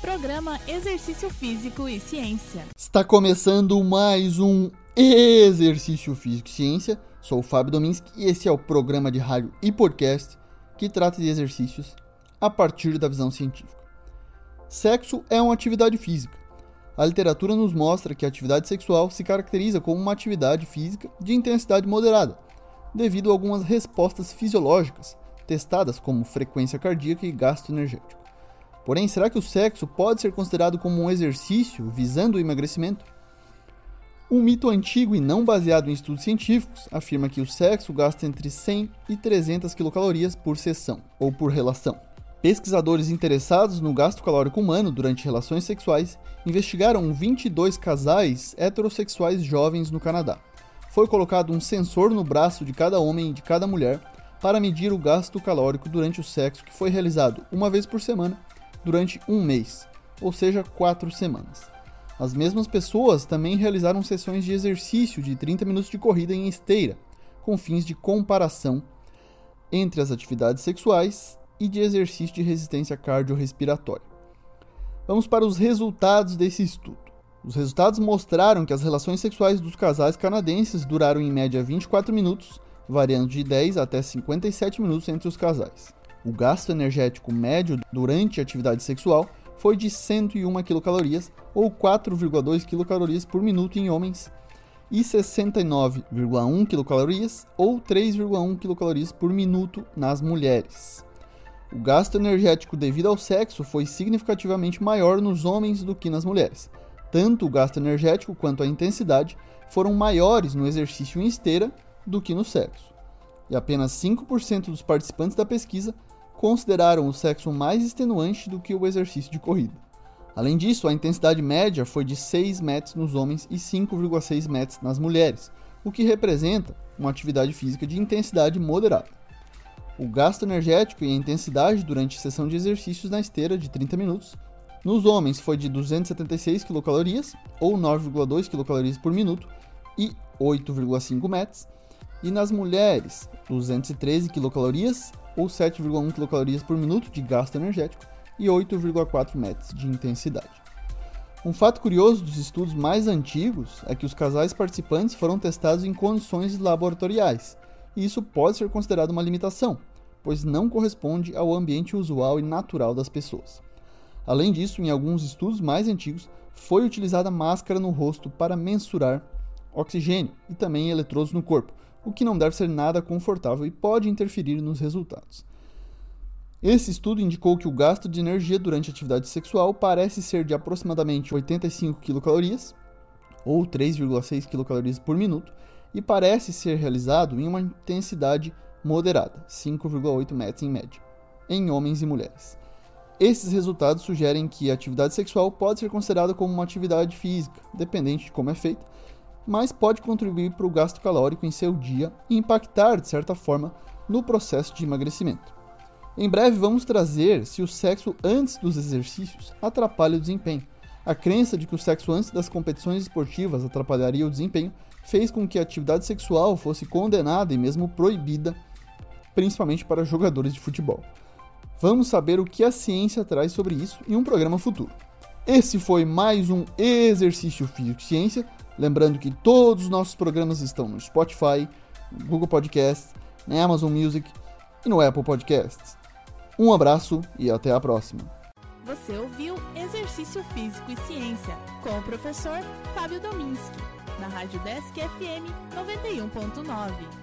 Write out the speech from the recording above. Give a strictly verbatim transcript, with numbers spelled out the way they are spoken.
Programa Exercício Físico e Ciência. Está começando mais um Exercício Físico e Ciência. Sou o Fábio Dominski e esse é o programa de rádio e podcast que trata de exercícios a partir da visão científica. Sexo é uma atividade física. A literatura nos mostra que a atividade sexual se caracteriza como uma atividade física de intensidade moderada, devido a algumas respostas fisiológicas testadas como frequência cardíaca e gasto energético. Porém, será que o sexo pode ser considerado como um exercício visando o emagrecimento? Um mito antigo e não baseado em estudos científicos afirma que o sexo gasta entre cem e trezentas quilocalorias por sessão, ou por relação. Pesquisadores interessados no gasto calórico humano durante relações sexuais investigaram vinte e dois casais heterossexuais jovens no Canadá. Foi colocado um sensor no braço de cada homem e de cada mulher para medir o gasto calórico durante o sexo, que foi realizado uma vez por semana durante um mês, ou seja, quatro semanas. As mesmas pessoas também realizaram sessões de exercício de trinta minutos de corrida em esteira, com fins de comparação entre as atividades sexuais e de exercício de resistência cardiorrespiratória. Vamos para os resultados desse estudo. Os resultados mostraram que as relações sexuais dos casais canadenses duraram em média vinte e quatro minutos, variando de dez até cinquenta e sete minutos entre os casais. O gasto energético médio durante a atividade sexual foi de cento e uma quilocalorias, ou quatro vírgula dois quilocalorias por minuto em homens, e sessenta e nove vírgula um quilocalorias, ou três vírgula um quilocalorias por minuto nas mulheres. O gasto energético devido ao sexo foi significativamente maior nos homens do que nas mulheres. Tanto o gasto energético quanto a intensidade foram maiores no exercício em esteira do que no sexo. E apenas cinco por cento dos participantes da pesquisa consideraram o sexo mais extenuante do que o exercício de corrida. Além disso, a intensidade média foi de seis metros nos homens e cinco vírgula seis metros nas mulheres, o que representa uma atividade física de intensidade moderada. O gasto energético e a intensidade durante a sessão de exercícios na esteira de trinta minutos nos homens foi de duzentas e setenta e seis quilocalorias, ou nove vírgula dois quilocalorias por minuto, e oito vírgula cinco metros, e nas mulheres, duzentas e treze quilocalorias, ou sete vírgula um quilocalorias por minuto de gasto energético, e oito vírgula quatro metros de intensidade. Um fato curioso dos estudos mais antigos é que os casais participantes foram testados em condições laboratoriais, e isso pode ser considerado uma limitação, pois não corresponde ao ambiente usual e natural das pessoas. Além disso, em alguns estudos mais antigos, foi utilizada máscara no rosto para mensurar oxigênio e também eletrodos no corpo, o que não deve ser nada confortável e pode interferir nos resultados. Esse estudo indicou que o gasto de energia durante a atividade sexual parece ser de aproximadamente oitenta e cinco quilocalorias, ou três vírgula seis quilocalorias por minuto, e parece ser realizado em uma intensidade moderada, cinco vírgula oito metros em média, em homens e mulheres. Esses resultados sugerem que a atividade sexual pode ser considerada como uma atividade física, dependente de como é feita, mas pode contribuir para o gasto calórico em seu dia e impactar, de certa forma, no processo de emagrecimento. Em breve vamos trazer se o sexo antes dos exercícios atrapalha o desempenho. A crença de que o sexo antes das competições esportivas atrapalharia o desempenho fez com que a atividade sexual fosse condenada e mesmo proibida, principalmente para jogadores de futebol. Vamos saber o que a ciência traz sobre isso em um programa futuro. Esse foi mais um Exercício Físico e Ciência. Lembrando que todos os nossos programas estão no Spotify, no Google Podcasts, na Amazon Music e no Apple Podcasts. Um abraço e até a próxima. Você ouviu Exercício Físico e Ciência com o professor Fábio Dominski, na Rádio Desk F M noventa e um ponto nove.